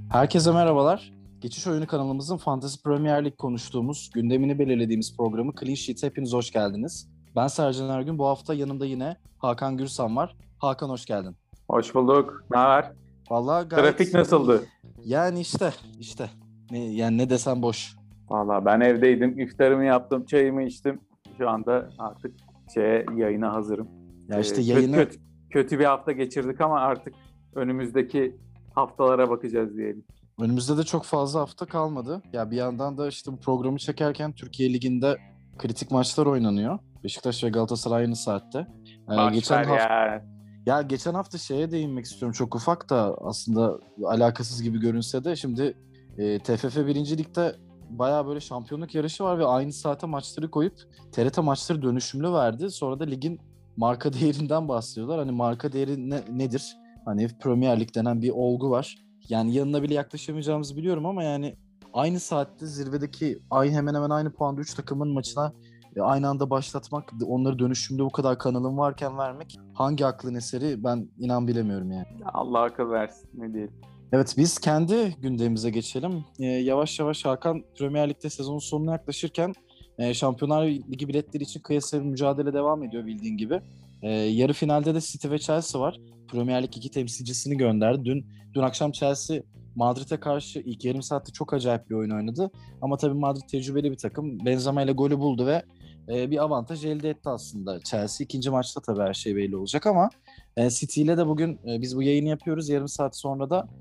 Herkese merhabalar. Geçiş Oyunu kanalımızın Fantasy Premier Lig konuştuğumuz, gündemini belirlediğimiz programı Clean Sheet'e hepiniz hoş geldiniz. Ben Sercan Ergün. Bu hafta yanımda yine Hakan Gürsan var. Hakan hoş geldin. Hoş bulduk. Ne haber? Vallahi gayet Trafik nasıldı? Yani işte. Ne desem boş. Vallahi ben evdeydim. İftarımı yaptım, çayımı içtim. Şu anda artık yayına hazırım. Ya işte yayını... Kötü bir hafta geçirdik ama artık önümüzdeki haftalara bakacağız diyelim. Önümüzde de çok fazla hafta kalmadı. Ya bir yandan da işte bu programı çekerken Türkiye Ligi'nde kritik maçlar oynanıyor. Beşiktaş ve Galatasaray aynı saatte. Geçen hafta... Ya geçen hafta şeye değinmek istiyorum. Çok ufak da aslında alakasız gibi görünse de şimdi TFF 1. Lig'de bayağı böyle şampiyonluk yarışı var ve aynı saate maçları koyup TRT maçları dönüşümlü verdi. Sonra da ligin marka değerinden bahsediyorlar. Hani marka değeri nedir? Hani Premier Lig denen bir olgu var. Yani yanına bile yaklaşamayacağımızı biliyorum ama yani aynı saatte zirvedeki hemen hemen aynı puanda 3 takımın maçına aynı anda başlatmak, onları dönüşümde bu kadar kanalın varken vermek hangi aklın eseri ben inan bilemiyorum yani. Allah akıl versin, ne diyelim. Evet, biz kendi gündemimize geçelim. Yavaş yavaş Hakan, Premier Lig'de sezonun sonuna yaklaşırken Şampiyonlar Ligi biletleri için kıyasıya bir mücadele devam ediyor bildiğin gibi. Yarı finalde de City ve Chelsea var. Premier Lig 2 temsilcisini gönderdi. Dün akşam Chelsea Madrid'e karşı ilk yarım saatte çok acayip bir oyun oynadı. Ama tabii Madrid tecrübeli bir takım. Benzema ile golü buldu ve bir avantaj elde etti aslında. Chelsea ikinci maçta tabii her şey belli olacak ama City ile de bugün biz bu yayını yapıyoruz. Yarım saat sonra da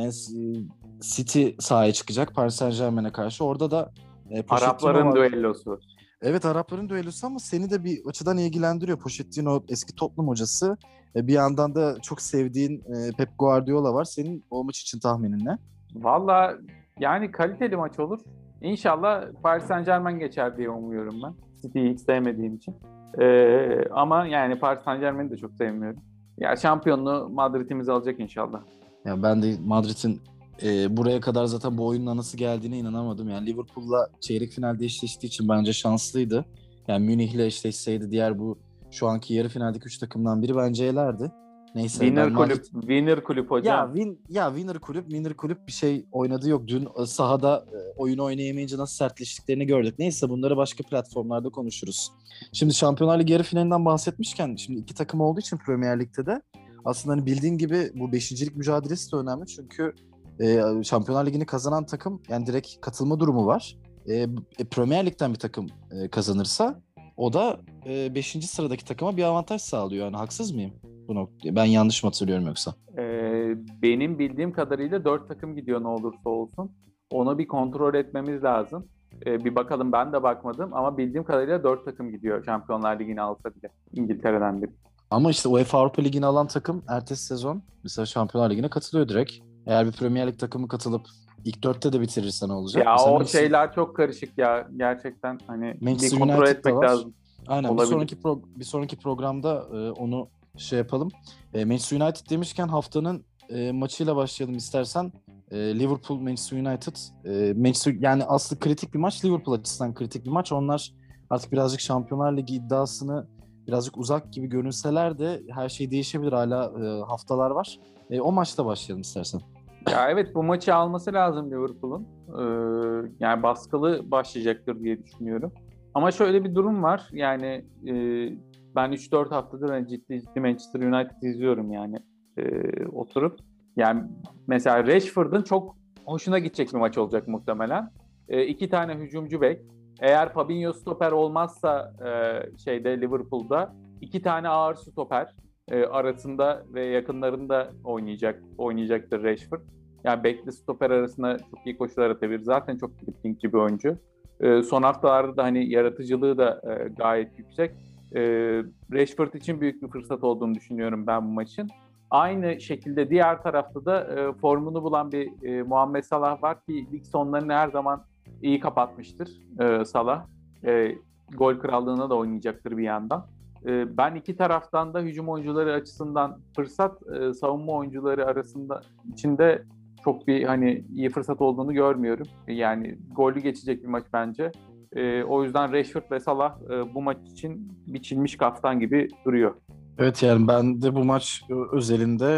City sahaya çıkacak Paris Saint-Germain'e karşı. Orada da Arapların düellosu. Evet, Arapların düellosu ama seni de bir açıdan ilgilendiriyor. Pochettino eski Tottenham hocası. Bir yandan da çok sevdiğin Pep Guardiola var. Senin o maç için tahminin ne? Valla yani kaliteli maç olur. İnşallah Paris Saint-Germain geçer diye umuyorum ben. City'yi hiç sevmediğim için. Ama yani Paris Saint-Germain'i de çok sevmiyorum. Ya şampiyonluğu Madrid'imiz alacak inşallah. Ya ben de Madrid'in buraya kadar zaten bu oyunun anası geldiğine inanamadım. Yani Liverpool'la çeyrek finalde eşleştiği için bence şanslıydı. Yani Münih'le eşleşseydi diğer bu şu anki yarı finaldeki 3 takımdan biri bence elerdi. Neyse, Winner kulüp hocam. Winner kulüp bir şey oynadı yok. Dün sahada oyun oynayamayınca nasıl sertleştiklerini gördük. Neyse, bunları başka platformlarda konuşuruz. Şimdi Şampiyonlar Ligi yarı finalinden bahsetmişken şimdi iki takım olduğu için Premier Lig'de de aslında hani bildiğin gibi bu beşincilik mücadelesi de önemli. Çünkü Şampiyonlar Ligi'ni kazanan takım yani direkt katılma durumu var. Premier Lig'den bir takım kazanırsa o da 5. sıradaki takıma bir avantaj sağlıyor. Yani haksız mıyım bu noktada? Ben yanlış mı hatırlıyorum yoksa? Benim bildiğim kadarıyla 4 takım gidiyor ne olursa olsun. Onu bir kontrol etmemiz lazım. Bir bakalım, ben de bakmadım ama bildiğim kadarıyla 4 takım gidiyor Şampiyonlar Ligi'ni alsa bile. İngiltere'den biri. Ama işte UEFA Avrupa Ligi'ni alan takım ertesi sezon mesela Şampiyonlar Ligi'ne katılıyor direkt. Eğer bir Premier Lig takımı katılıp ilk 4'te de bitirirse ne olacak? Ya mesela o şeyler çok karışık ya. Gerçekten hani Manchester bir kontrol United etmek lazım. Aynen. Olabilir. Bir sonraki programda onu şey yapalım. Manchester United demişken haftanın maçıyla başlayalım istersen. Liverpool Manchester United. Yani aslında kritik bir maç. Liverpool açısından kritik bir maç. Onlar artık birazcık Şampiyonlar Ligi iddiasını birazcık uzak gibi görünseler de her şey değişebilir. Hala haftalar var. O maçta başlayalım istersen. Ya evet, bu maçı alması lazım Liverpool'un. Yani baskılı başlayacaktır diye düşünüyorum. Ama şöyle bir durum var. Yani ben 3-4 haftadır ciddi Manchester United izliyorum yani oturup. Yani mesela Rashford'un çok hoşuna gidecek bir maç olacak muhtemelen. 2 tane hücumcu bek. Eğer Fabinho stoper olmazsa Liverpool'da 2 tane ağır stoper arasında ve yakınlarında oynayacaktır Rashford. Yani bekli stoper arasında çok iyi koşular atabilir. Zaten çok driblingçi bir oyuncu. Son haftalarda da hani yaratıcılığı da gayet yüksek. Rashford için büyük bir fırsat olduğunu düşünüyorum ben bu maçın. Aynı şekilde diğer tarafta da formunu bulan bir Muhammed Salah var ki lig sonlarını her zaman iyi kapatmıştır Salah. Gol krallığına da oynayacaktır bir yandan. Ben iki taraftan da hücum oyuncuları açısından fırsat, savunma oyuncuları arasında içinde çok bir hani iyi fırsat olduğunu görmüyorum. Yani gollü geçecek bir maç bence. O yüzden Rashford ve Salah bu maç için biçilmiş kaftan gibi duruyor. Evet, yani ben de bu maç özelinde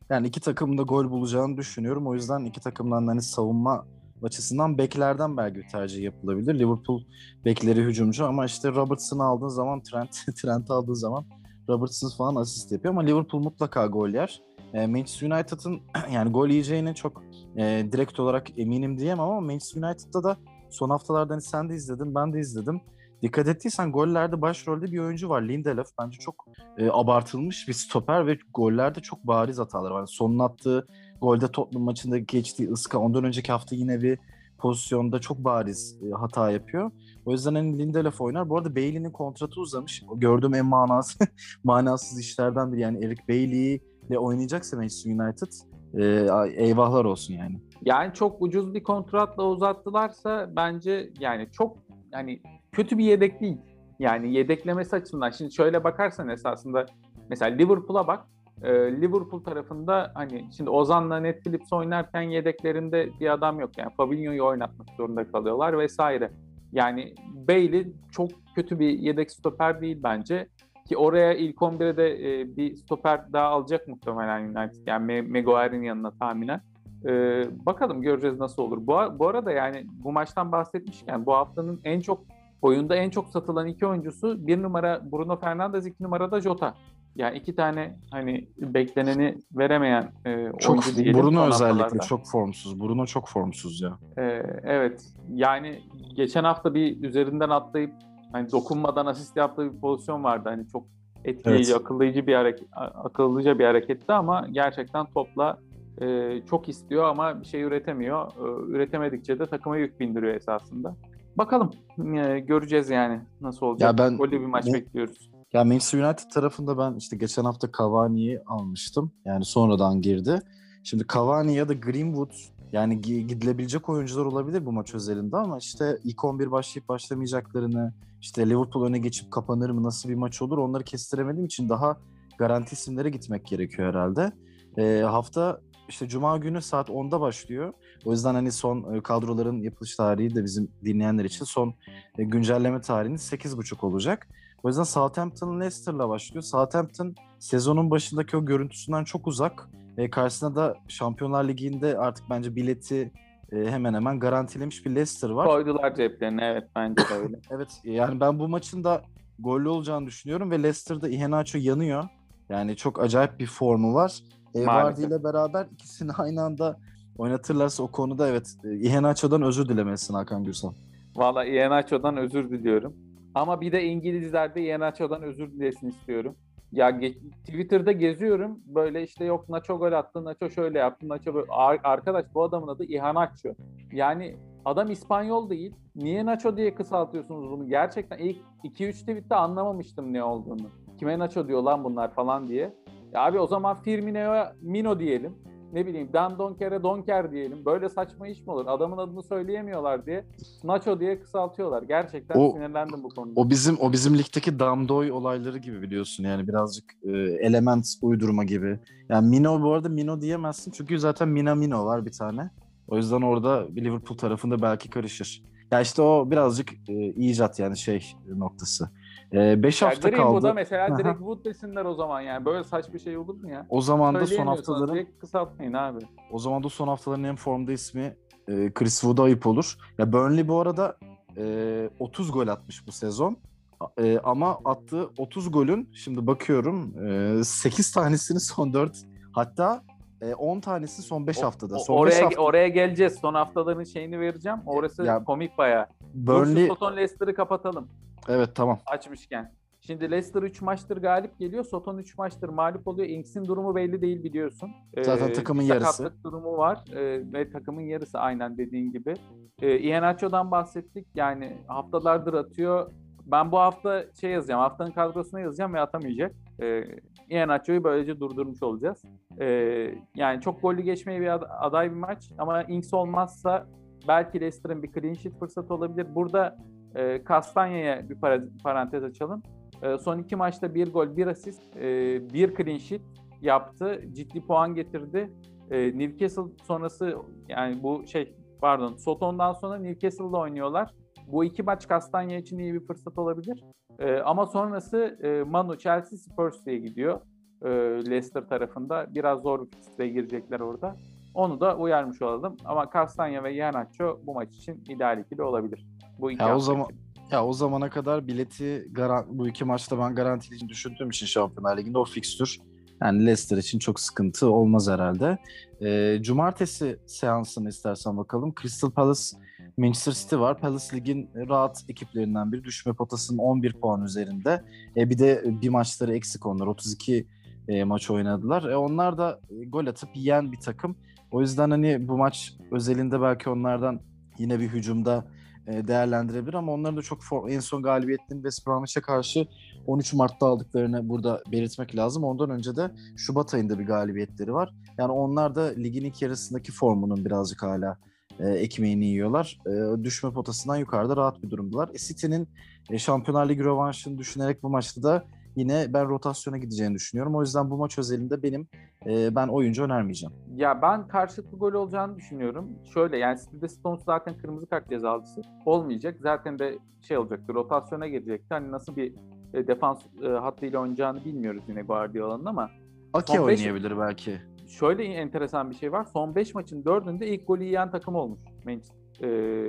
Yani iki takımın da gol bulacağını düşünüyorum. O yüzden iki takımdan da hani savunma açısından beklerden belki bir tercih yapılabilir. Liverpool bekleri hücumcu ama işte Robertson'ı aldığın zaman Trent'i aldığın zaman Robertson falan asist yapıyor ama Liverpool mutlaka gol yer. Manchester United'ın yani gol yiyeceğine çok direkt olarak eminim diyemem ama Manchester United'da da son haftalarda hani sen de izledin, ben de izledim. Dikkat ettiysen gollerde başrolde bir oyuncu var. Lindelöf bence çok abartılmış bir stoper ve gollerde çok bariz hatalar var. Yani sonun attığı golde Tottenham maçında geçtiği ıska ondan önceki hafta yine bir pozisyonda çok bariz hata yapıyor. O yüzden hani Lindelöf oynar. Bu arada Bailey'nin kontratı uzamış. Gördüğüm en manasız işlerden biri. Yani Eric Bailey ile oynayacaksa Manchester United eyvahlar olsun yani. Yani çok ucuz bir kontratla uzattılarsa bence yani çok yani kötü bir yedek değil. Yani yedeklemesi açısından. Şimdi şöyle bakarsan esasında mesela Liverpool'a bak. Liverpool tarafında hani şimdi Ozan'la Ned Phillips oynarken yedeklerinde bir adam yok. Yani Fabinho'yu oynatmak zorunda kalıyorlar vesaire. Yani Bailey çok kötü bir yedek stoper değil bence. Ki oraya ilk 11'e de bir stoper daha alacak muhtemelen United. Yani Maguire'in yanına tahminen. Bakalım göreceğiz nasıl olur. Bu arada yani bu maçtan bahsetmişken bu haftanın oyunda en çok satılan iki oyuncusu, bir numara Bruno Fernandes, iki numarada Jota. Yani iki tane hani bekleneni veremeyen oyuncu diyelim Bruno son özellikle haftalarda. çok formsuz. Bruno çok formsuz ya. Evet yani geçen hafta bir üzerinden atlayıp hani dokunmadan asist yaptığı bir pozisyon vardı. Hani çok etkileyici, Evet. akıllıca bir hareketti ama gerçekten topla çok istiyor ama bir şey üretemiyor. Üretemedikçe de takıma yük bindiriyor esasında. Bakalım göreceğiz yani nasıl Ya olacak. ben Öyle bir maç bekliyoruz. Ya Manchester United tarafında ben işte geçen hafta Cavani'yi almıştım. Yani sonradan girdi. Şimdi Cavani ya da Greenwood yani gidilebilecek oyuncular olabilir bu maç özelinde ama işte ilk 11 başlayıp başlamayacaklarını, işte Liverpool öne geçip kapanır mı, nasıl bir maç olur onları kestiremediğim için daha garanti isimlere gitmek gerekiyor herhalde. Hafta işte Cuma günü saat 10'da başlıyor. O yüzden hani son kadroların yapılış tarihi de bizim dinleyenler için son güncelleme tarihiniz 8.30 olacak. O yüzden Southampton Leicester'la başlıyor. Southampton sezonun başındaki o görüntüsünden çok uzak. Karşısında da Şampiyonlar Ligi'nde artık bence bileti hemen hemen garantilemiş bir Leicester var. Koydular ceplerine, evet bence de öyle. Evet yani ben bu maçın da gollü olacağını düşünüyorum ve Leicester'da Iheanacho yanıyor. Yani çok acayip bir formu var. Vardy Maalesef. ile beraber ikisini aynı anda oynatırlarsa o konuda evet Iheanacho'dan özür dilemesin Hakan Gürsel. Valla Iheanacho'dan özür diliyorum. Ama bir de İngilizler de Iheanacho'dan özür dilesin istiyorum. Ya Twitter'da geziyorum. Böyle işte yok Nacho gol attı, Nacho şöyle yaptı, Nacho böyle. Arkadaş bu adamın adı Iheanacho. Yani adam İspanyol değil. Niye Nacho diye kısaltıyorsunuz bunu? Gerçekten ilk 2-3 tweette anlamamıştım ne olduğunu. Kime Nacho diyor lan bunlar falan diye. Ya abi o zaman Firmino'ya Mino diyelim. Ne bileyim Dan Donker'e Donker diyelim. Böyle saçma iş mi olur? Adamın adını söyleyemiyorlar diye Nacho diye kısaltıyorlar. Gerçekten O sinirlendim bu konuda. o bizim ligdeki Damdoy olayları gibi biliyorsun yani birazcık element uydurma gibi. Yani Mino bu arada Mino diyemezsin çünkü zaten Minamino var bir tane. O yüzden orada bir Liverpool tarafında belki karışır. Ya işte o birazcık icat yani noktası. 5 Ya hafta Greenwood'a kaldı. mesela Aha. direkt Wood desinler o zaman yani. Böyle saçma bir şey olur mu ya? O zaman da son Söyleyemiyorsanız haftaların direkt kısaltmayın abi. O zaman da son haftaların en formda ismi Chris Wood'a ayıp olur. Ya Burnley bu arada 30 gol atmış bu sezon. Ama attığı 30 golün şimdi bakıyorum 8 tanesini son 4 hatta 10 tanesi son 5 haftada. Son 5 hafta Oraya geleceğiz. Son haftaların şeyini vereceğim. Orası ya komik bayağı. Dur şu Burnley Soton Leicester'ı kapatalım. evet tamam. Açmışken. Şimdi Leicester 3 maçtır galip geliyor. Soton 3 maçtır mağlup oluyor. Inks'in durumu belli değil biliyorsun. Zaten Bir takımın yarısı. sakatlık durumu var. Ve takımın yarısı aynen dediğin gibi. Iheanacho'dan bahsettik. Yani haftalardır atıyor. Ben bu hafta yazacağım. Haftanın kadrosuna yazacağım ve atamayacak. Iheanacho'yu böylece durdurmuş olacağız. Yani çok gollü geçmeye bir aday bir maç. Ama Inks olmazsa belki Leicester'ın bir clean sheet fırsatı olabilir. Burada Castanya'ya bir parantez açalım. Son 2 maçta 1 gol, 1 asist, 1 clean sheet yaptı. Ciddi puan getirdi. Newcastle sonrası yani Soton'dan sonra Newcastle'da oynuyorlar. Bu 2 maç Castanya için iyi bir fırsat olabilir. Ama sonrası Manu, Chelsea, Spurs diye gidiyor. Leicester tarafında. Biraz zor bir fikstüre girecekler orada. Onu da uyarmış olalım. Ama Castagna ve Iheanacho bu maç için ideal ikili olabilir. Bu iki Ya o hafta zaman için. ya o zamana kadar bileti bu iki maçta ben garantileyeceğini düşündüğüm için Şampiyonlar Ligi'nde o fikstür yani Leicester için çok sıkıntı olmaz herhalde. Cumartesi seansını istersen bakalım. Crystal Palace Manchester City var. Palace Lig'in rahat ekiplerinden biri. Düşme potasının 11 puan üzerinde. Bir de bir maçları eksik onlar. 32 maç oynadılar. Onlar da gol atıp yiyen bir takım. O yüzden hani bu maç özelinde belki onlardan yine bir hücumda değerlendirebilir ama onların da çok en son galibiyetlerini West Bromwich'e karşı 13 Mart'ta aldıklarını burada belirtmek lazım. Ondan önce de Şubat ayında bir galibiyetleri var. Yani onlar da ligin ilk yarısındaki formunun birazcık hala ekmeğini yiyorlar. Düşme potasından yukarıda rahat bir durumdalar. City'nin Şampiyonlar Ligi rövanşını düşünerek bu maçta da yine ben rotasyona gideceğini düşünüyorum. O yüzden bu maç özelinde ben oyuncu önermeyeceğim. Ya ben karşılıklı gol olacağını düşünüyorum. Şöyle yani City'de Stones zaten kırmızı kart cezalısı olmayacak. Zaten de şey olacaktı, rotasyona girecekti. Hani nasıl bir defans hattıyla oynayacağını bilmiyoruz yine Guardiola'nın ama Ake son 5 oynayabilir belki. şöyle enteresan bir şey var. Son 5 maçın 4'ünde ilk golü yiyen takım olmuş Manchester.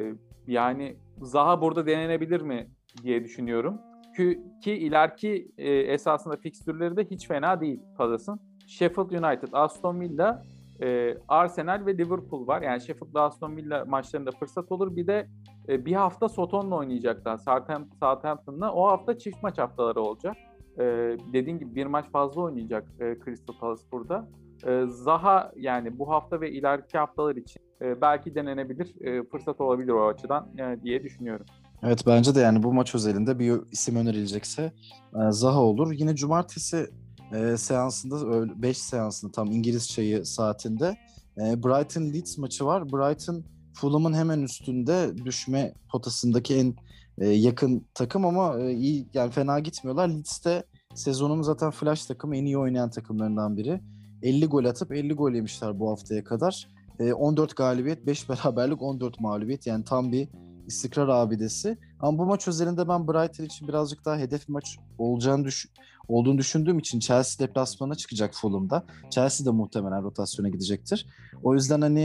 Yani Zaha burada denenebilir mi diye düşünüyorum. Ki ileriki esasında fikstürleri de hiç fena değil Palace'ın. Sheffield United, Aston Villa, Arsenal ve Liverpool var. Yani Sheffield'la Aston Villa maçlarında fırsat olur. Bir de bir hafta Soton'la oynayacaklar. Southampton'la. O hafta çift maç haftaları olacak. Dediğim gibi bir maç fazla oynayacak Crystal Palace burada. Zaha yani bu hafta ve ileriki haftalar için belki denenebilir, fırsat olabilir o açıdan diye düşünüyorum. Evet bence de yani bu maç özelinde bir isim önerilecekse Zaha olur. Yine cumartesi seansında 5 seansında tam İngiliz çayı saatinde Brighton Leeds maçı var. Brighton Fulham'ın hemen üstünde düşme potasındaki en yakın takım ama iyi yani fena gitmiyorlar. Leeds de sezonun zaten flash takımı en iyi oynayan takımlarından biri. 50 gol atıp 50 gol yemişler bu haftaya kadar. 14 galibiyet, 5 beraberlik, 14 mağlubiyet yani tam bir istikrar abidesi. Ama bu maç özelinde ben Brighton için birazcık daha hedef bir maç olduğunu düşündüğüm için Chelsea deplasmana çıkacak Fulham'da. Chelsea de muhtemelen rotasyona gidecektir. O yüzden hani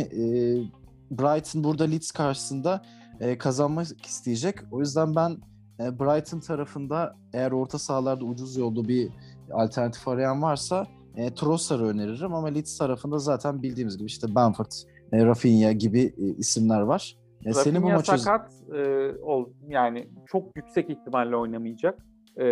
Brighton burada Leeds karşısında kazanmak isteyecek. O yüzden ben Brighton tarafında eğer orta sahalarda ucuz yolda bir alternatif arayan varsa Trossard'ı öneririm ama Leeds tarafında zaten bildiğimiz gibi işte Bamford, Rafinha gibi isimler var. Senin bu Rafinha maçı sakat yani çok yüksek ihtimalle oynamayacak.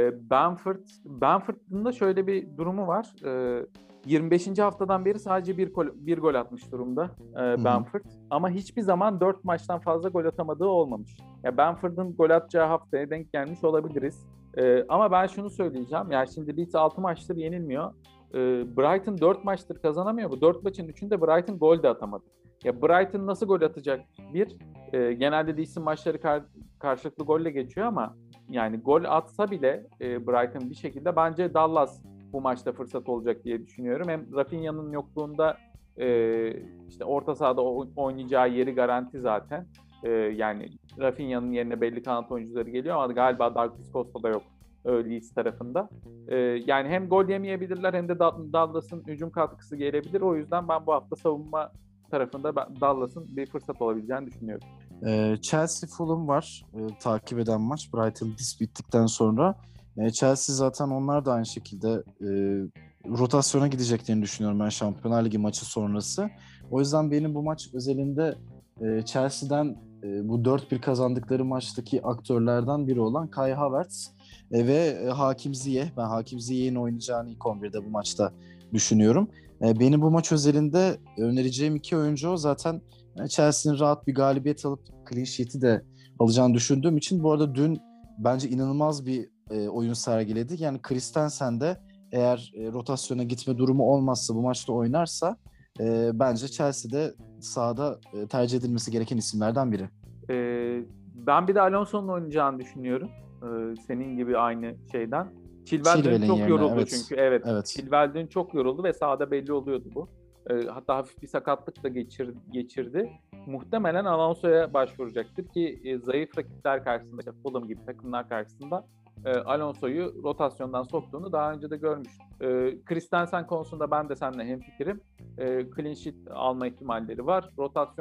Bamford'un da şöyle bir durumu var. 25. haftadan beri sadece bir gol atmış durumda Bamford. Ama hiçbir zaman 4 maçtan fazla gol atamadığı olmamış. Ya Bamford'un gol atacağı haftaya denk gelmiş olabiliriz. Ama ben şunu söyleyeceğim. Yani şimdi Leeds 6 maçtır yenilmiyor. Brighton 4 maçtır kazanamıyor. Bu 4 maçın 3'ünde Brighton gol de atamadı. Ya Brighton nasıl gol atacak? Genelde Leeds'in maçları karşılıklı golle geçiyor ama yani gol atsa bile Brighton bir şekilde bence Dallas bu maçta fırsat olacak diye düşünüyorum. Hem Rafinha'nın yokluğunda işte orta sahada oynayacağı yeri garanti zaten. Yani Rafinha'nın yerine belli kanat oyuncuları geliyor ama galiba Douglas Costa da yok Leeds tarafında. Yani hem gol yemeyebilirler hem de Dallas'ın hücum katkısı gelebilir. O yüzden ben bu hafta savunma tarafında Dallas'ın bir fırsat olabileceğini düşünüyorum. Chelsea Fulham var. Takip eden maç. Brighton Leeds bittikten sonra. Chelsea zaten onlar da aynı şekilde rotasyona gideceklerini düşünüyorum ben Şampiyonlar Ligi maçı sonrası. O yüzden benim bu maç özelinde Chelsea'den bu 4-1 kazandıkları maçtaki aktörlerden biri olan Kai Havertz ve Hakim Ziyech. Ben Hakim Ziyech'in oynayacağını ilk 11'de bu maçta düşünüyorum. Benim bu maç özelinde önereceğim iki oyuncu zaten Chelsea'nin rahat bir galibiyet alıp clean sheet'i de alacağını düşündüğüm için bu arada dün bence inanılmaz bir oyun sergiledi. Yani Christensen de eğer rotasyona gitme durumu olmazsa bu maçta oynarsa bence Chelsea'de sahada tercih edilmesi gereken isimlerden biri. Ben bir de Alonso'nun oynayacağını düşünüyorum. Senin gibi aynı şeyden. Chilwell dün çok yerine, yoruldu evet. çünkü. Evet. Evet. Chilwell dün çok yoruldu ve sahada belli oluyordu bu. Hatta hafif bir sakatlık da geçirdi. Muhtemelen Alonso'ya başvuracaktır ki zayıf rakipler karşısında, Fulham gibi takımlar karşısında Alonso'yu rotasyondan soktuğunu daha önce de görmüştüm. Christensen konusunda ben de seninle hemfikirim. Clean sheet alma ihtimalleri var.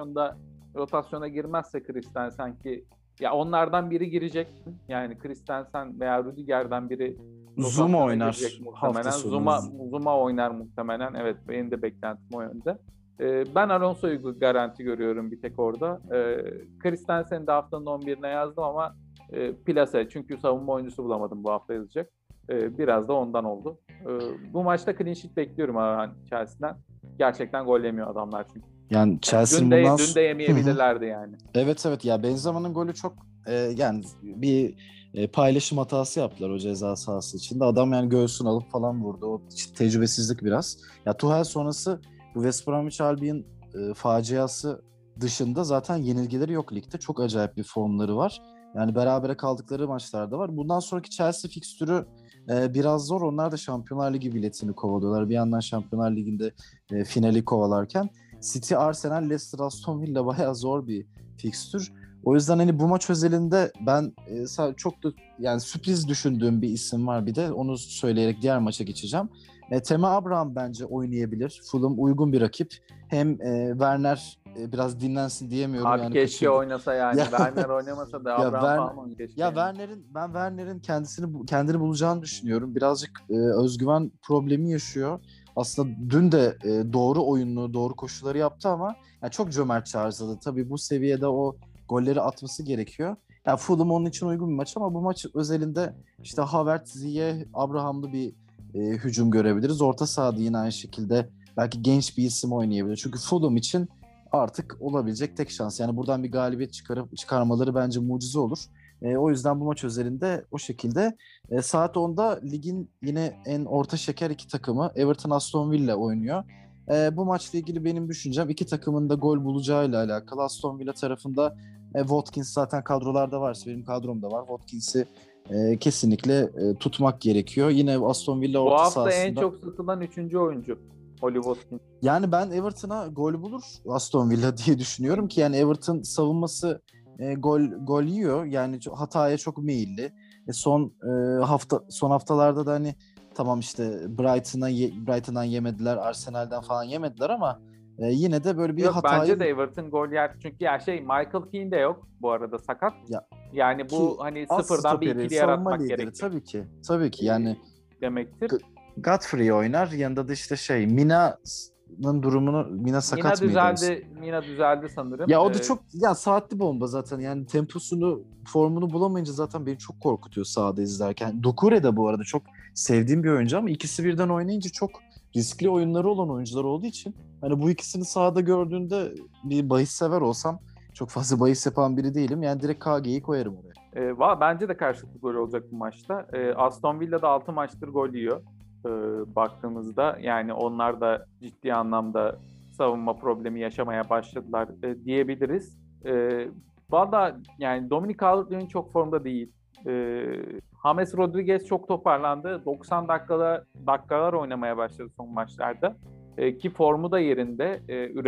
Rotasyona girmezse Christensen ki ya onlardan biri girecek. Yani Christensen veya Rüdiger'den biri Zuma oynar muhtemelen. Zuma oynar muhtemelen. Evet, benim de beklentim o yönde. Ben Alonso'yu garanti görüyorum bir tek orada. Christensen'i de haftanın 11'ine yazdım ama plase. Çünkü savunma oyuncusu bulamadım bu hafta yazacak. Biraz da ondan oldu. Bu maçta clean sheet bekliyorum abi Chelsea'den. Gerçekten gol yemiyor adamlar çünkü. Yani Chelsea dün de yemeyebilirlerdi yani. Evet ya Benzema'nın golü çok yani bir paylaşım hatası yaptılar o ceza sahası içinde. Adam yani göğsünü alıp falan vurdu. O tecrübesizlik biraz. Ya Tuchel sonrası bu West Bromwich Albion faciası dışında zaten yenilgileri yok ligde. Çok acayip bir formları var. Yani berabere kaldıkları maçlarda var. Bundan sonraki Chelsea fikstürü biraz zor. Onlar da Şampiyonlar Ligi biletini kovalıyorlar. Bir yandan Şampiyonlar Ligi'nde finali kovalarken City, Arsenal, Leicester, Aston Villa bayağı zor bir fikstür. O yüzden hani bu maç özelinde ben çok da yani sürpriz düşündüğüm bir isim var, bir de onu söyleyerek diğer maça geçeceğim. Tammy Abraham bence oynayabilir. Fulham uygun bir rakip. Hem Werner biraz dinlensin diyemiyorum. Abi yani keşke oynasa yani. Ya, Werner oynamasa da Abraham falan keşke. Ya Werner'in kendini bulacağını düşünüyorum. Birazcık özgüven problemi yaşıyor. Aslında dün de doğru oyunlu, doğru koşuları yaptı ama yani çok cömertçe harcadı. Tabii bu seviyede o golleri atması gerekiyor. Yani Fulham onun için uygun bir maç ama bu maç özelinde işte Havertz, Ziyech, Abraham'lı bir hücum görebiliriz. Orta sahada yine aynı şekilde belki genç bir isim oynayabilir. Çünkü Fulham için artık olabilecek tek şans. Yani buradan bir galibiyet çıkarmaları bence mucize olur. O yüzden bu maç özelinde o şekilde. Saat 10'da ligin yine en orta şeker iki takımı Everton Aston Villa oynuyor. Bu maçla ilgili benim düşüncem iki takımın da gol bulacağıyla alakalı. Aston Villa tarafında Watkins zaten kadrolarda varsa benim kadromda var. Watkins'i kesinlikle tutmak gerekiyor. Yine Aston Villa orta sahasında. Bu hafta en çok satılan 3. oyuncu Oli Watkins. Yani ben Everton'a gol bulur Aston Villa diye düşünüyorum ki yani Everton savunması gol yiyor. Yani hataya çok meyilli. Son haftalarda da hani tamam işte Brighton'dan yemediler, Arsenal'den falan yemediler ama yine de böyle bir hatayı... Bence de Everton gol yer. Çünkü ya Michael Keane de yok bu arada, sakat. Yani bu hani sıfırdan bir ikili yaratmak gerekiyor. Tabii ki yani demektir. Godfrey oynar. Yanında da işte Mina sakat mıydı? Mina düzeldi sanırım. Ya o da çok saatli bomba zaten. Yani temposunu, formunu bulamayınca zaten beni çok korkutuyor sahada izlerken. Doucouré de bu arada çok sevdiğim bir oyuncu ama ikisi birden oynayınca çok riskli oyunları olan oyuncular olduğu için hani bu ikisini sahada gördüğünde bir bahis sever olsam, çok fazla bahis yapan biri değilim. Yani direkt KG'yi koyarım oraya. Bence de karşılıklı gol olacak bu maçta. Aston Villa'da 6 maçtır gol yiyor. Baktığımızda yani onlar da ciddi anlamda savunma problemi yaşamaya başladılar diyebiliriz. Valla yani Dominic Calvert-Lewin çok formda değil. James Rodriguez çok toparlandı. 90 dakikalar oynamaya başladı son maçlarda. Ki formu da yerinde.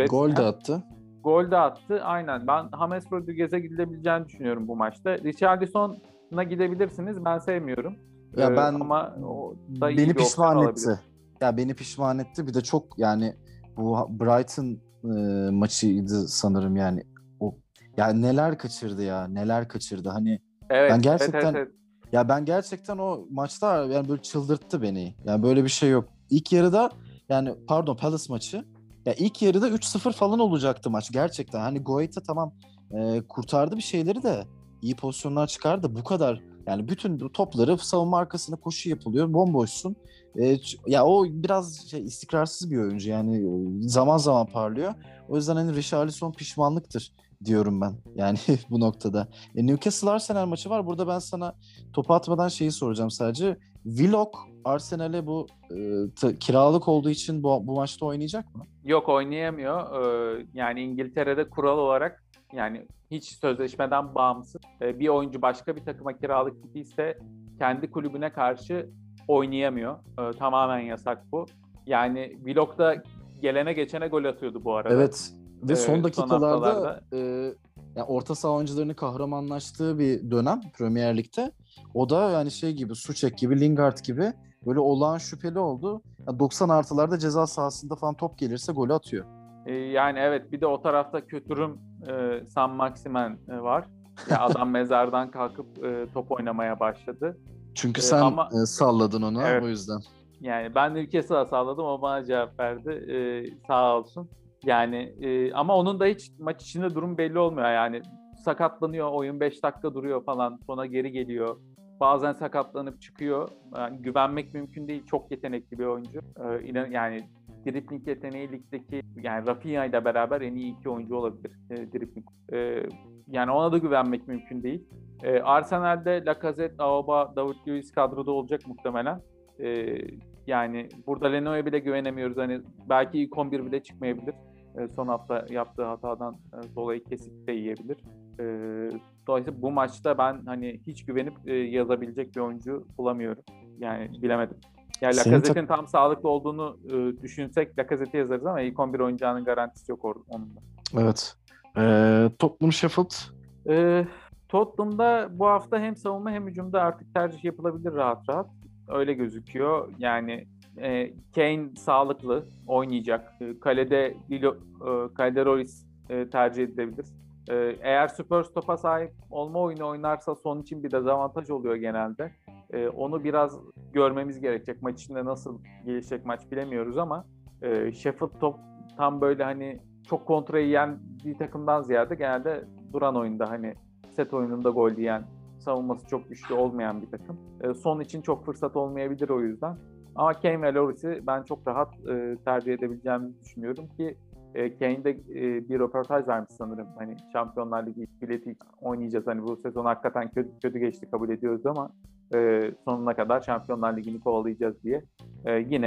Gol de attı. Aynen. Ben James Rodriguez'e gidilebileceğini düşünüyorum bu maçta. Richarlison'a gidebilirsiniz. Ben sevmiyorum. Ama o da beni pişman etti. Beni pişman etti. Bir de çok yani bu Brighton maçıydı sanırım yani. O yani neler kaçırdı hani. Evet, ben gerçekten evet. Ben gerçekten o maçta yani böyle çıldırttı beni. Yani böyle bir şey yok. İlk yarıda Palace maçı. Ya ilk yarıda 3-0 falan olacaktı maç gerçekten. Hani Goethe tamam kurtardı bir şeyleri de iyi pozisyonlar çıkardı. Bu kadar yani bütün topları savunma arkasına koşu yapılıyor. Bomboşsun. Ya o biraz istikrarsız bir oyuncu. Yani zaman zaman parlıyor. O yüzden hani Richarlison pişmanlıktır diyorum ben. Yani bu noktada. Newcastle Arsenal maçı var. Burada ben sana topu atmadan şeyi soracağım sadece. Willock Arsenal'e bu kiralık olduğu için bu maçta oynayacak mı? Yok, oynayamıyor. Yani İngiltere'de kural olarak yani hiç sözleşmeden bağımsız bir oyuncu başka bir takıma kiralık gittiyse kendi kulübüne karşı oynayamıyor. Tamamen yasak bu. Yani Willock da gelene geçene gol atıyordu bu arada. Evet. Ve son dakikalarda yani orta saha oyuncularının kahramanlaştığı bir dönem Premier Lig'de. O da yani şey gibi, Suçek gibi, Lingard gibi böyle olağan şüpheli oldu. Yani 90 artılarda ceza sahasında falan top gelirse golü atıyor. Yani evet, bir de o tarafta kötürüm San Maximen var. Ya adam mezardan kalkıp top oynamaya başladı. Çünkü sen Ama salladın ona, evet, o yüzden. yani ben de bir kez daha salladım, o bana cevap verdi. Sağ olsun. Yani ama onun da hiç maç içinde durum belli olmuyor. Yani sakatlanıyor, oyun 5 dakika duruyor falan, sonra geri geliyor. Bazen sakatlanıp çıkıyor. Yani güvenmek mümkün değil. Çok yetenekli bir oyuncu. Yani dribling yeteneği ligdeki, yani Rafinha ile beraber en iyi iki oyuncu olabilir dribling. Yani ona da güvenmek mümkün değil. Arsenal'de Lacazette, Auba, David Luiz kadroda olacak muhtemelen. Yani burada Leno'ya bile güvenemiyoruz. Hani belki ilk 11 bile çıkmayabilir. Son hafta yaptığı hatadan dolayı kesik de yiyebilir. Dolayısıyla bu maçta ben hani hiç güvenip yazabilecek bir oyuncu bulamıyorum. Yani bilemedim. Yani Lacazette'in tam sağlıklı olduğunu düşünsek Lacazette'i yazarız ama ilk 11 oynayacağının garantisi yok onun da. Evet. Tottenham Sheffield. Tottenham'da bu hafta hem savunma hem hücumda artık tercih yapılabilir rahat rahat. Öyle gözüküyor. Yani Kane sağlıklı oynayacak. Kalede Lloris tercih edilebilir. Eğer Spurs topa sahip olma oyunu oynarsa son için bir dezavantaj oluyor genelde. Onu biraz görmemiz gerekecek. Maç içinde nasıl gelişecek maç bilemiyoruz ama Sheffield tam böyle hani çok kontrayı yiyen bir takımdan ziyade genelde duran oyunda, hani set oyununda gol yiyen, savunması çok güçlü olmayan bir takım. Son için çok fırsat olmayabilir o yüzden. Ama Kane ve Lloris'i ben çok rahat tercih edebileceğimizi düşünüyorum ki Kane de bir röportaj vermiş sanırım. Hani Şampiyonlar Ligi bileti oynayacağız. Hani bu sezon hakikaten kötü geçti, kabul ediyoruz ama sonuna kadar Şampiyonlar Ligi'ni kovalayacağız diye. Yine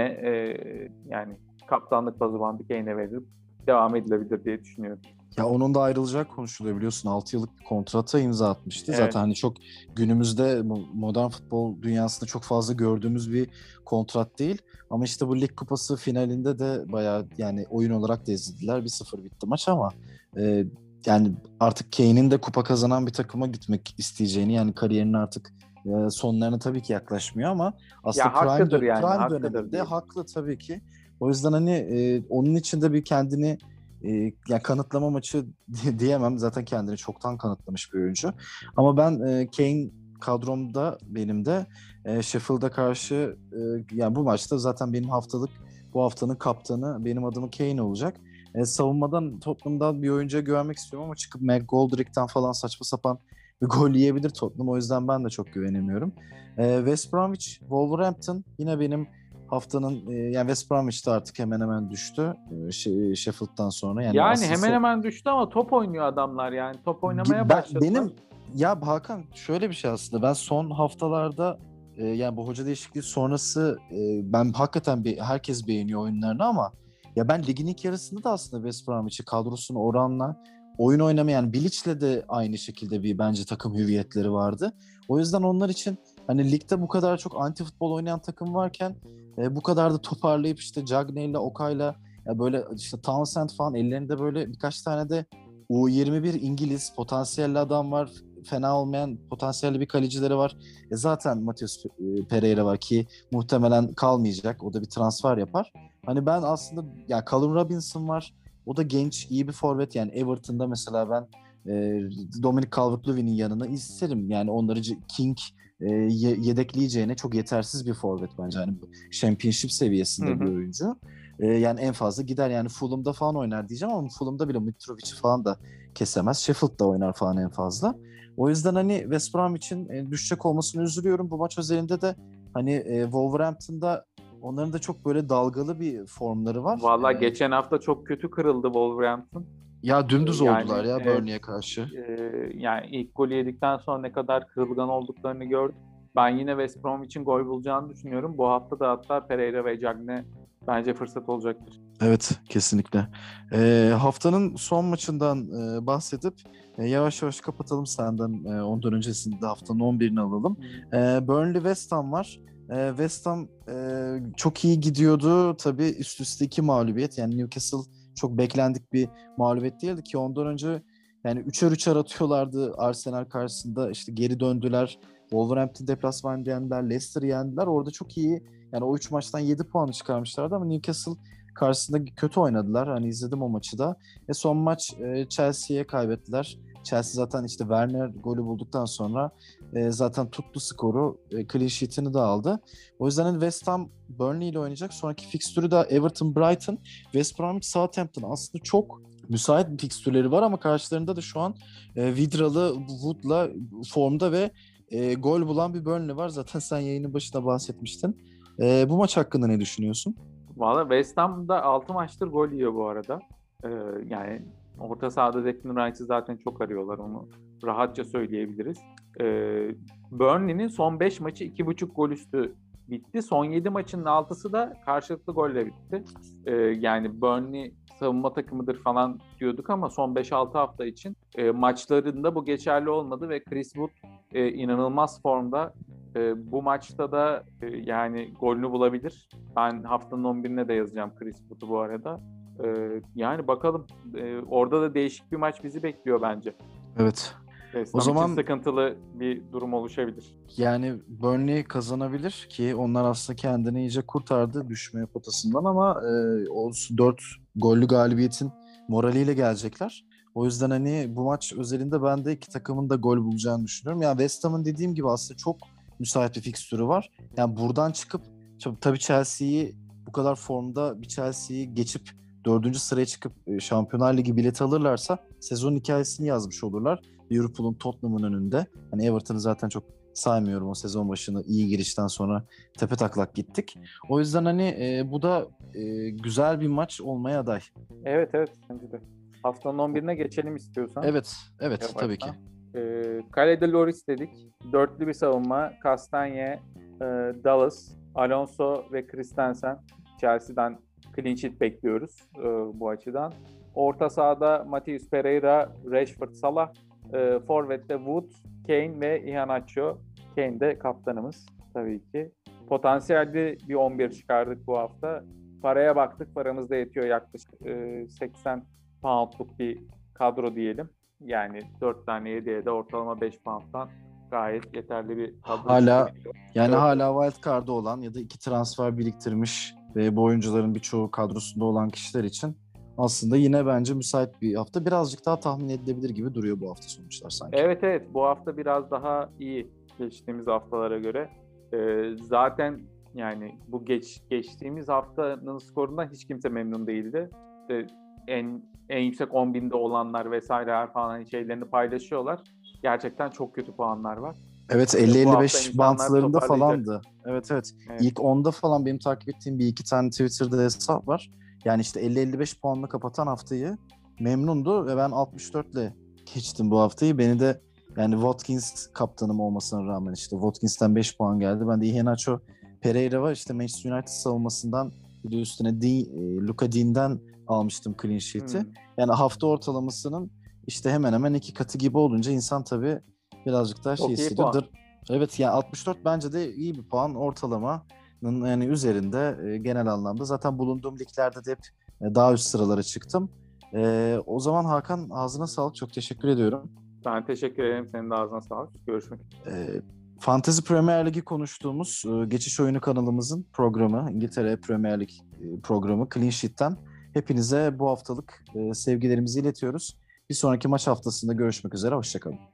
yani kaptanlık pazubandı Kane'e verip devam edilebilir diye düşünüyorum. Ya onun da ayrılacak konuşuluyor, biliyorsun. 6 yıllık bir kontrata imza atmıştı. Evet. Zaten hani çok günümüzde modern futbol dünyasında çok fazla gördüğümüz bir kontrat değil. Ama işte bu Lig Kupası finalinde de bayağı yani oyun olarak da ezildiler. 1-0 bitti maç ama yani artık Kane'in de kupa kazanan bir takıma gitmek isteyeceğini, yani kariyerinin artık sonlarına tabii ki yaklaşmıyor ama aslında ya haklıdır yani, prime haklıdır döneminde diye. haklı tabii ki. O yüzden hani onun için de bir kendini yani kanıtlama maçı diyemem. Zaten kendini çoktan kanıtlamış bir oyuncu. Ama ben Kane kadromda, benim de Sheffield'a karşı yani bu maçta zaten benim bu haftanın kaptanı benim adımı Kane olacak. Savunmadan Tottenham'dan bir oyuncuya güvenmek istiyorum ama çıkıp McGoldrick'ten falan saçma sapan bir gol yiyebilir Tottenham. O yüzden ben de çok güvenemiyorum. West Bromwich, Wolverhampton yine benim haftanın yani West Bromwich'te artık hemen hemen düştü Sheffield'dan sonra. Yani hemen hemen düştü ama top oynuyor adamlar, yani top oynamaya başladılar. Ya Hakan, şöyle bir şey aslında, ben son haftalarda yani bu hoca değişikliği sonrası ben hakikaten herkes beğeniyor oyunlarını ama ya ben ligin ilk yarısında da aslında West Bromwich'i kadrosunu oranla oyun oynamayan Bilic'le de aynı şekilde bir bence takım hüviyetleri vardı. O yüzden onlar için hani ligde bu kadar çok anti futbol oynayan takım varken bu kadar da toparlayıp işte Cagney'le, Okay'la ya böyle işte Townsend falan ellerinde böyle birkaç tane de U21 İngiliz potansiyelli adam var. Fena olmayan potansiyelli bir kalecileri var. Zaten Matheus Pereira var ki muhtemelen kalmayacak. O da bir transfer yapar. Hani ben aslında ya Callum Robinson var. O da genç, iyi bir forvet. Yani Everton'da mesela ben Dominic Calvert-Lewin'in yanına isterim. Yani onları King yedekleyeceğine çok yetersiz bir forvet bence. Yani Championship seviyesinde bir oyuncu. Yani en fazla gider yani Fulham'da falan oynar diyeceğim ama Fulham'da bile Mitrovic'i falan da kesemez. Sheffield'da oynar falan en fazla. O yüzden hani West Bromwich'in düşecek olmasını üzülüyorum. Bu maç özelinde de hani Wolverhampton'da onların da çok böyle dalgalı bir formları var. Vallahi geçen hafta çok kötü kırıldı Wolverhampton. Ya dümdüz oldular ya evet, Burnley'e karşı. Yani ilk golü yedikten sonra ne kadar kırılgan olduklarını gördüm. Ben yine West Bromwich'in gol bulacağını düşünüyorum. Bu hafta da hatta Pereira ve Cagney bence fırsat olacaktır. Evet, kesinlikle. Haftanın son maçından bahsedip yavaş yavaş kapatalım senden. Ondan öncesinde haftanın 11'ini alalım. Burnley West Ham var. West Ham çok iyi gidiyordu. Tabii üst üste 2 mağlubiyet. Yani Newcastle çok beklendik bir mağlubiyet değildi ki ondan önce yani üçer atıyorlardı Arsenal karşısında, işte geri döndüler. Wolverhampton deplasmanında yendiler. Leicester'ı yendiler. Orada çok iyi. Yani o 3 maçtan 7 puanı çıkarmışlardı ama Newcastle karşısında kötü oynadılar. Hani izledim o maçı da. Son maç Chelsea'ye kaybettiler. Chelsea zaten işte Werner golü bulduktan sonra zaten tuttu skoru. Clean sheet'ini de aldı. O yüzden hani West Ham Burnley ile oynayacak. Sonraki fikstürü de Everton, Brighton, West Bromwich, Southampton. Aslında çok müsait bir fikstürleri var ama karşılarında da şu an Vidra'lı, Wood'la formda ve gol bulan bir Burnley var. Zaten sen yayının başında bahsetmiştin. Bu maç hakkında ne düşünüyorsun? Valla West Ham'da 6 maçtır gol yiyor bu arada. Yani orta sahada Declan Rice'ı zaten çok arıyorlar, onu rahatça söyleyebiliriz. Burnley'nin son 5 maçı 2.5 gol üstü bitti. Son 7 maçının 6'sı da karşılıklı golle bitti. Yani Burnley savunma takımıdır falan diyorduk ama son 5-6 hafta için maçlarında bu geçerli olmadı ve Chris Wood inanılmaz formda. Bu maçta da yani golünü bulabilir. Ben haftanın 11'ine de yazacağım Chris Wood'u bu arada. Yani bakalım. Orada da değişik bir maç bizi bekliyor bence. Evet. O zaman sıkıntılı bir durum oluşabilir. Yani Burnley kazanabilir ki onlar aslında kendini iyice kurtardı düşme potasından ama o 4 gollü galibiyetin moraliyle gelecekler. O yüzden hani bu maç özelinde ben de iki takımın da gol bulacağını düşünüyorum. Yani West Ham'ın dediğim gibi aslında çok müsait bir fikstürü var. Yani buradan çıkıp tabii Chelsea'yi bu kadar formda bir Chelsea'yi geçip 4. sıraya çıkıp Şampiyonlar Ligi bileti alırlarsa sezon hikayesini yazmış olurlar. Liverpool'un Tottenham'ın önünde. Hani Everton'ı zaten çok saymıyorum, o sezon başını iyi girişten sonra tepe taklak gittik. O yüzden hani bu da güzel bir maç olmaya aday. Evet bence de. Haftanın 11'ine geçelim istiyorsan. Evet Yavaştan. Tabii ki. Kalede Lloris dedik. Dörtlü bir savunma. Castagne, Dallas, Alonso ve Christensen. Chelsea'den clean sheet bekliyoruz bu açıdan. Orta sahada Matheus Pereira, Rashford, Salah. Forvet'te Wood, Kane ve Iheanacho. Kane de kaptanımız tabii ki. Potansiyelli bir 11 çıkardık bu hafta. Paraya baktık. Paramız da yetiyor, yaklaşık 80 poundluk bir kadro diyelim. Yani 4 tane 7'ye de ortalama 5 pound'dan gayet yeterli bir kadro. Hala wild card'ı olan ya da 2 transfer biriktirmiş ve bu oyuncuların birçoğu kadrosunda olan kişiler için aslında yine bence müsait bir hafta. Birazcık daha tahmin edilebilir gibi duruyor bu hafta sonuçlar sanki. Evet. Bu hafta biraz daha iyi geçtiğimiz haftalara göre. Zaten yani bu geçtiğimiz haftanın skorundan hiç kimse memnun değildi. En yüksek 10.000'de olanlar vesaire falan şeylerini paylaşıyorlar. Gerçekten çok kötü puanlar var. Evet, 50-55 bantlarında falandı. Evet. İlk 10'da falan benim takip ettiğim bir iki tane Twitter'da hesap var. Yani işte 50-55 puanla kapatan haftayı memnundu ve ben 64 ile geçtim bu haftayı. Beni de yani Watkins kaptanım olmasına rağmen işte Watkins'ten 5 puan geldi. Ben de Iheanacho, Pereira var işte Manchester United savunmasından, bir de üstüne Luka Dean'den almıştım clean sheet'i. Yani hafta ortalamasının işte hemen hemen 2 katı gibi olunca insan tabii birazcık daha hissediyor. Evet, yani 64 bence de iyi bir puan, ortalamanın yani üzerinde genel anlamda. Zaten bulunduğum liglerde de hep daha üst sıralara çıktım. O zaman Hakan, ağzına sağlık. Çok teşekkür ediyorum. Ben teşekkür ederim. Senin de ağzına sağlık. Görüşmek üzere. Fantasy Premier Ligi konuştuğumuz Geçiş Oyunu kanalımızın programı, İngiltere Premier Lig programı Clean Sheet'ten hepinize bu haftalık sevgilerimizi iletiyoruz. Bir sonraki maç haftasında görüşmek üzere. Hoşçakalın.